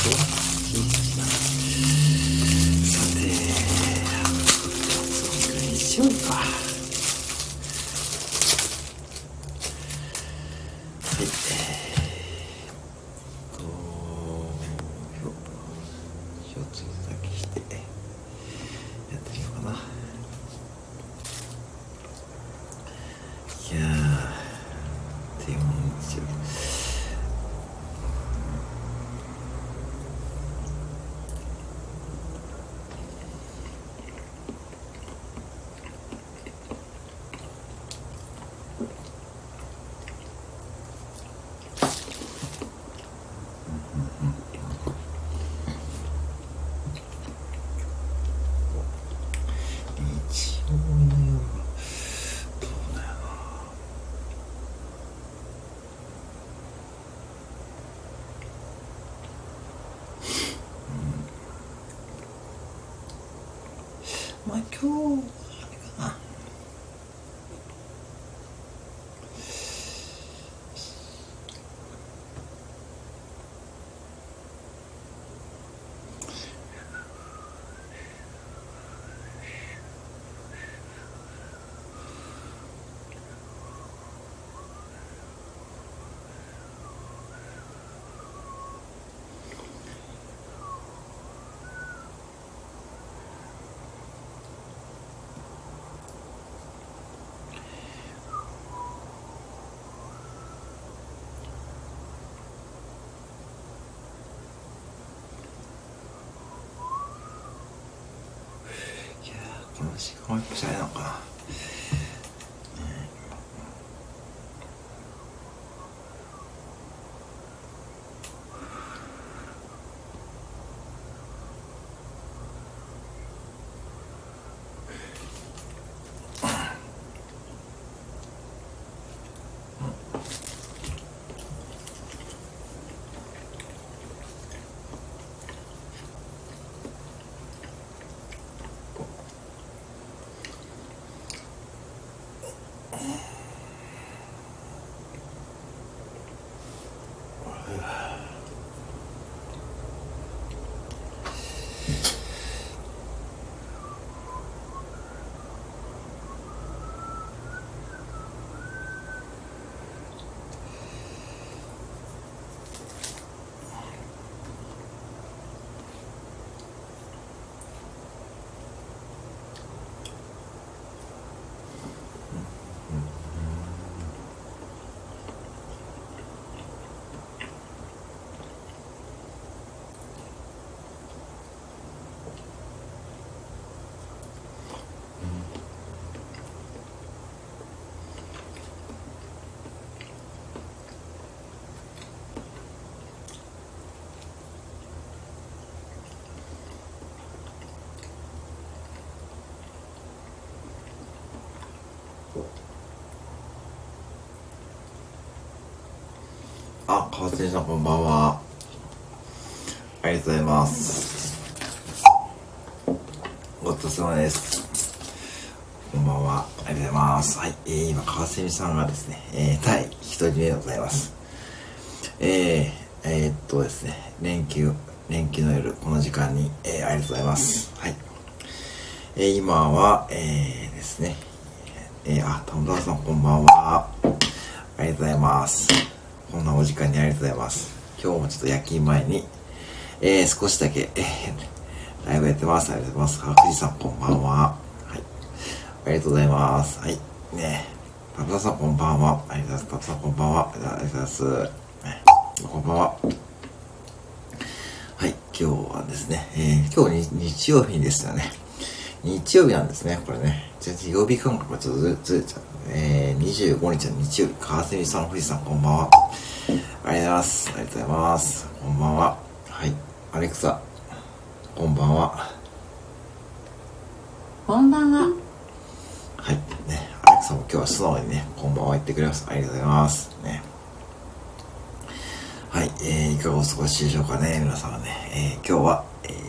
さて、日曜日か。はい、一つだけしてやってみようかな。いやー、でも日曜日。まあ今日はあれかな。この時間はやっぱしあれなのかな。あ、川瀬さんこんばんは。ありがとうございます。ごちそうさまです。こんばんは。ありがとうございます。はい。今、川瀬さんがですね、対一人目でございます。ですね、連休の夜、この時間に、ありがとうございます。はい。今は、ですね、田村さんこんばんは。ありがとうございます。こんなお時間にありがとうございます。今日もちょっと夜勤前に、少しだけ、ライブやってます。ありがとうございます。富士さんこんばんは。はい。ありがとうございます。はい。ねタブタさんこんばんは。ありがとうございます。タブタさんこんばんは。ありがとうございます。こんばんは。はい。今日はですね、今日日曜日ですよね。日曜日なんですね、これね。曜日感覚がちょっとずれちゃう。25日の日曜日、川蝉さん、富士さん、こんばんは。ありがとうございます。ありがとうございます。こんばんは。はい。アレクサ、こんばんは。 こんばんは。 はい。ね、アレクサも今日は素直にね、こんばんは言ってくれます。ありがとうございます。ね。はい。いかがお過ごしでしょうかね、皆さんはね。今日は、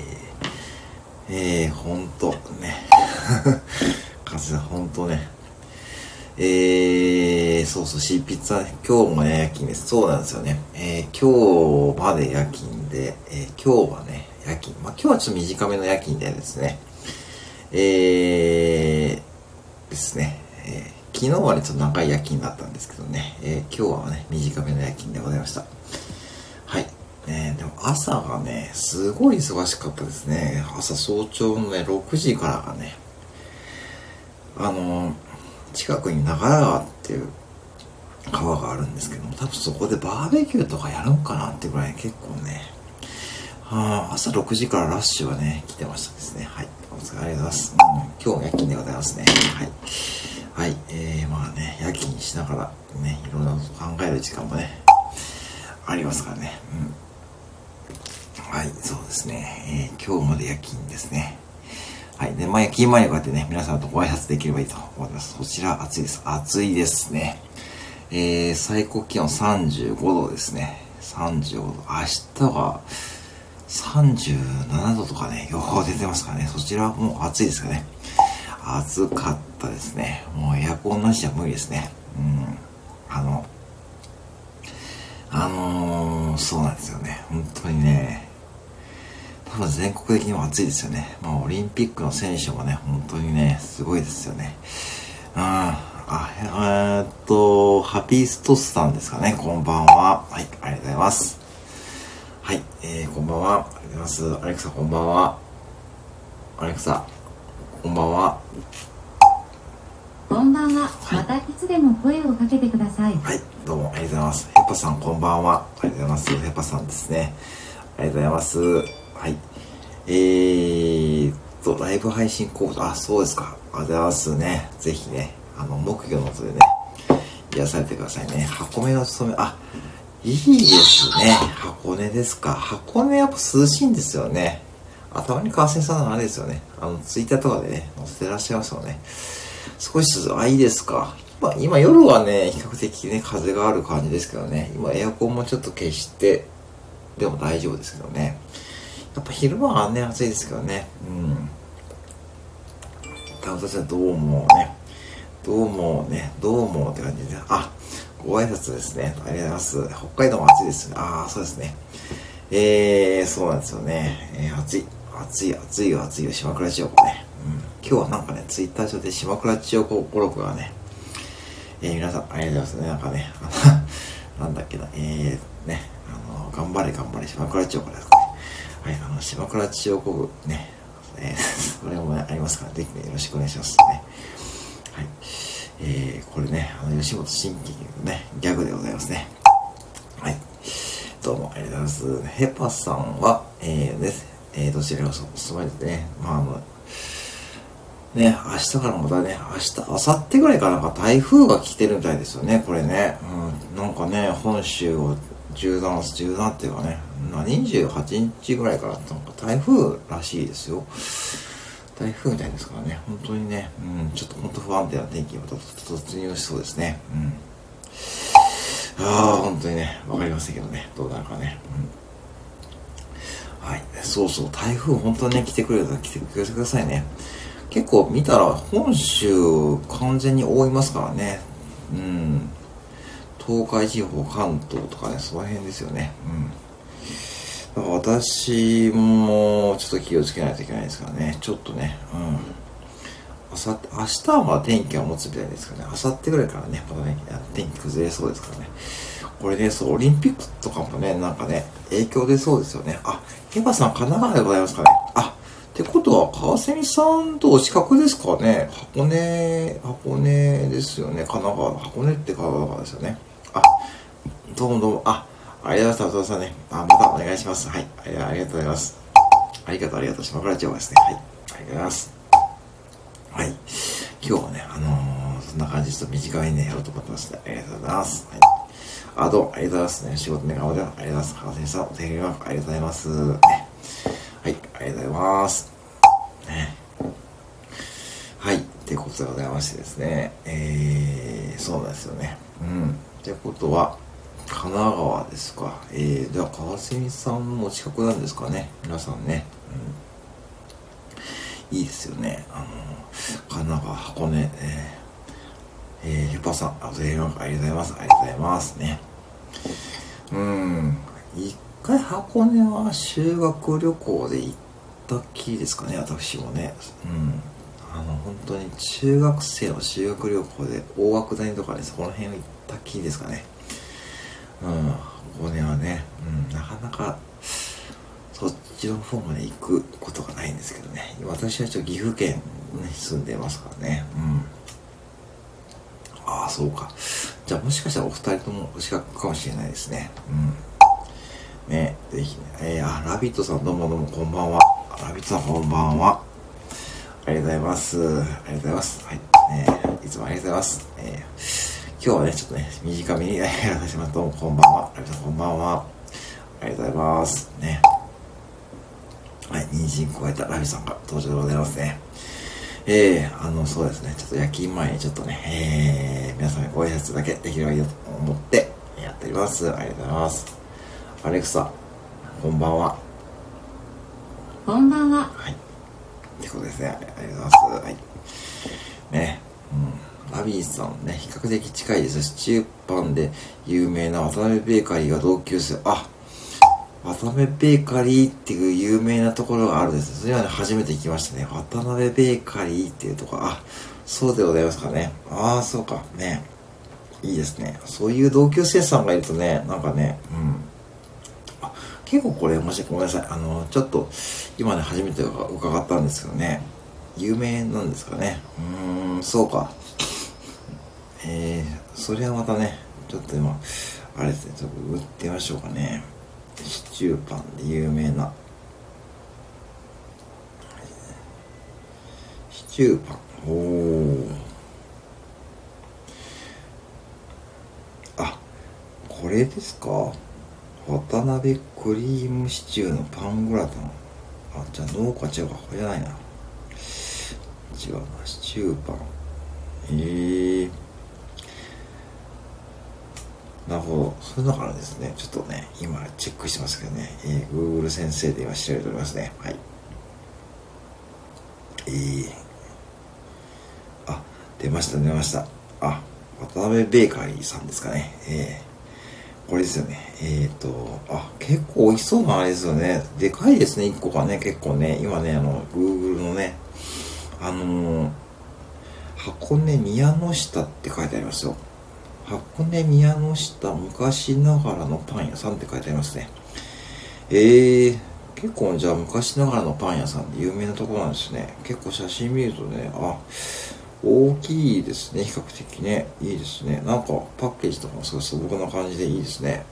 ほんとね、かつてほんとね、そうそう、執筆は、ね、今日もね、夜勤です。そうなんですよね。今日まで夜勤で、今日はね、夜勤。今日はちょっと短めの夜勤でですね、ですね、昨日はね、ちょっと長い夜勤だったんですけどね、今日はね、短めの夜勤でございました。はい。でも朝がね、すごい忙しかったですね。朝早朝のね、6時からがね、近くに長良川っていう川があるんですけども、多分そこでバーベキューとかやるんかなってぐらい結構ね、朝6時からラッシュがね、来てましたですね。はい。お疲れ様でございます。今日も夜勤でございますね。はい。はい。まあね、夜勤しながらね、いろんなこと考える時間もね、ありますからね。はい、そうですね。今日まで夜勤ですね。はい。で、夜勤前にこうやってね、皆さんとご挨拶できればいいと思います。そちら暑いです。暑いですね。最高気温35度ですね。35度。明日は37度とかね、予報出てますからね。そちらはもう暑いですかね。暑かったですね。もうエアコンなしじゃ無理ですね。そうなんですよね。本当にね。多分全国的にも暑いですよね。まあオリンピックの選手もね、本当にね、すごいですよね。ハピーストスさんですかね。こんばんは。はい、ありがとうございます。はい、こんばんは。ありがとうございます。アレクサ、こんばんは。アレクサ、こんばんは。 こんばんは。またいつでも声をかけてください。 はい、どうもありがとうございます。ヘッパさん、こんばんは。ありがとうございます。ヘッパさんですね。ありがとうございます。はい。ライブ配信コード、そうですか。ありがとうございますね。ぜひね、木魚の音でね、癒されてくださいね。箱根の勤め、いいですね。箱根ですか。箱根やっぱ涼しいんですよね。たまに川瀬さんのあれですよね。ツイッターとかでね、載せてらっしゃいますよね。少しずつ、いいですか。今夜はね、比較的ね、風がある感じですけどね。今エアコンもちょっと消して、でも大丈夫ですけどね。やっぱ昼間はね、暑いですけどね。私はどうもって感じで。ご挨拶ですね。ありがとうございます。北海道も暑いですね。そうですね。そうなんですよね。暑いよ、島倉千代子ね。今日はなんかね、ツイッター上で島倉千代子語録がね、皆さん、ありがとうございますね。なんかね、なんだっけな、頑張れ、島倉千代子ですかね。はい、島倉千代子部ね、それも、ね、ありますから、ぜひね、よろしくお願いしますね。はい。これね、吉本新喜劇のね、ギャグでございますね。はい。どうもありがとうございます。ヘパさんは、どちらにお住まいですね。ね、明日からまたね、明後日ぐらいからなんか台風が来てるみたいですよね、これね。なんかね、本州を縦断っていうかね、28日ぐらいからなんか台風らしいですよ。台風みたいですからね、本当にね、ちょっと本当不安定な天気にまた突入しそうですね。本当にね、わかりませんけどね、どうなるかね。はい、そうそう、台風本当にね、来てくれてくださいね。結構見たら本州完全に覆いますからね。東海地方、関東とかね、その辺ですよね。だから私もちょっと気をつけないといけないですからね。ちょっとね、明日はまあ天気は持つみたいですからね。明後日ぐらいからね、またね、天気崩れそうですからね。これね、オリンピックとかもね、なんかね、影響出そうですよね。ヘバさん、神奈川でございますかね。ってことは、川蝉さんとお近くですかね。箱根ですよね。神奈川の箱根って神奈川ですよね。どうも。ありがとうございます。さんね。またお願いします。はい。ありがとうございます。ありがとう。島倉町ですね。はい。ありがとうございます。はい。今日はね、そんな感じでちょっと短いね、やろうと思ってますね。ありがとうございます。はい。どうもありがとうございますね。仕事ね、頑張ってありがとうございます。川蝉さん、お手紙もありがとうございます。はい、ありがとうございます。はい、ってことでございましてですね。そうなんですよね。ってことは、神奈川ですか。では、川蝉さんも近くなんですかね。皆さんね。いいですよね。神奈川、箱根、ヘパさん、ありがとうございます。ありがとうございますね。1 回箱根は修学旅行で行ったきりですかね、私もね。本当に中学生の修学旅行で大涌谷とかね、そこら辺を行ったきりですかね。箱根はね、なかなかそっちの方まで行くことがないんですけどね。私は岐阜県に住んでますからね。ああ、そうか。じゃあもしかしたらお二人ともお近くかもしれないですね。ね、ぜひね。ラビットさんどうもこんばんは。ラビットさんこんばんは。ありがとうございます。ありがとうございます。はい。いつもありがとうございます。今日はね、ちょっとね、短めにやらせてしまった。どうもこんばんは。ラビットさんこんばんは。ありがとうございます。ね。はい、人参加えたラビさんが登場でございますね。そうですね、ちょっと夜勤前にちょっとね、皆様にご挨拶だけできればいいと思ってやっております。ありがとうございます。アレクサ、こんばんは。 こんばんは。 はい。ってことですね。ありがとうございます。はい。ね、ラビーさんね、比較的近いです。シチューパンで有名な渡辺ベーカリーが同級生。渡辺ベーカリーっていう有名なところがあるんです。それはね、初めて行きましたね。渡辺ベーカリーっていうところ、そうでございますかね。そうか。ね。いいですね。そういう同級生さんがいるとね、なんかね、結構これ、ごめんなさい。ちょっと、今ね、初めて伺ったんですけどね。有名なんですかね。そうか。それはまたね、ちょっと今、あれですね、ちょっと打ってみましょうかね。シチューパンで有名なシチューパン、これですか。渡辺クリームシチューのパングラタン。じゃあ農家違うか、これじゃないな。違うな、シチューパン。なるほど。そういうのがあるんですね。ちょっとね、今チェックしてますけどね。Google 先生で今調べておりますね。はい。出ました。渡辺ベーカリーさんですかね。これですよね。結構美味しそうなあれですよね。でかいですね、1個がね、結構ね。今ね、Google のね、箱根宮の下って書いてありますよ。箱根宮の下昔ながらのパン屋さんって書いてありますね。結構じゃあ昔ながらのパン屋さんで有名なところなんですね。結構写真見るとね、大きいですね、比較的ね。いいですね。なんかパッケージとかもすごい素朴な感じでいいですね。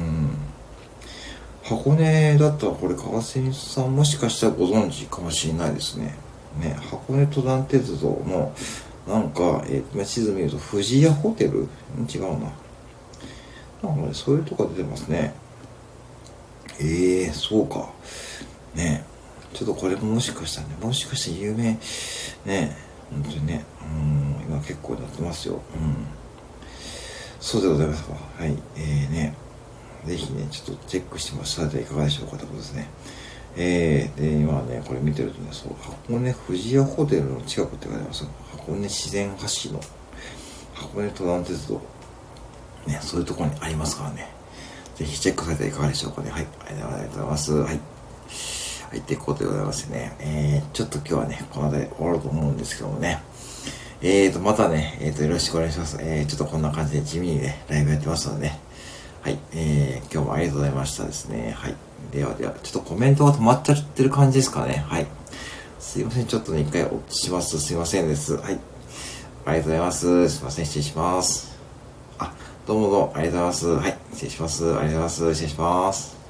箱根だったらこれ川瀬さんもしかしたらご存知かもしれないですね。箱根登山鉄道のなんか、地図見ると富士屋ホテル違うな。なんかね、そういうとこ出てますね。そうか。ね、ちょっとこれももしかしたら有名ね、本当にね、今結構なってますよ。そうでございますか。はい。ぜひね、ちょっとチェックしてもらったらいかがでしょうかということですね。で、今ね、これ見てるとね、箱根富士屋ホテルの近くって書いてありますよ。箱根自然橋の箱根登山鉄道。ね、そういうところにありますからね。ぜひチェックされてはいかがでしょうかね。はい。ありがとうございます。はい。はい、ってことでございますね。ちょっと今日はね、この辺で終わろうと思うんですけどもね。またね、よろしくお願いします。ちょっとこんな感じで地味にね、ライブやってますので、ね、はい、今日もありがとうございましたですね。はい。では、ちょっとコメントが止まっちゃってる感じですかね。はい。すいません、ちょっとね、一回お聞きします。すいませんです。はい。ありがとうございます。すいません、失礼します。どうもありがとうございます。はい。失礼します。ありがとうございます。失礼します。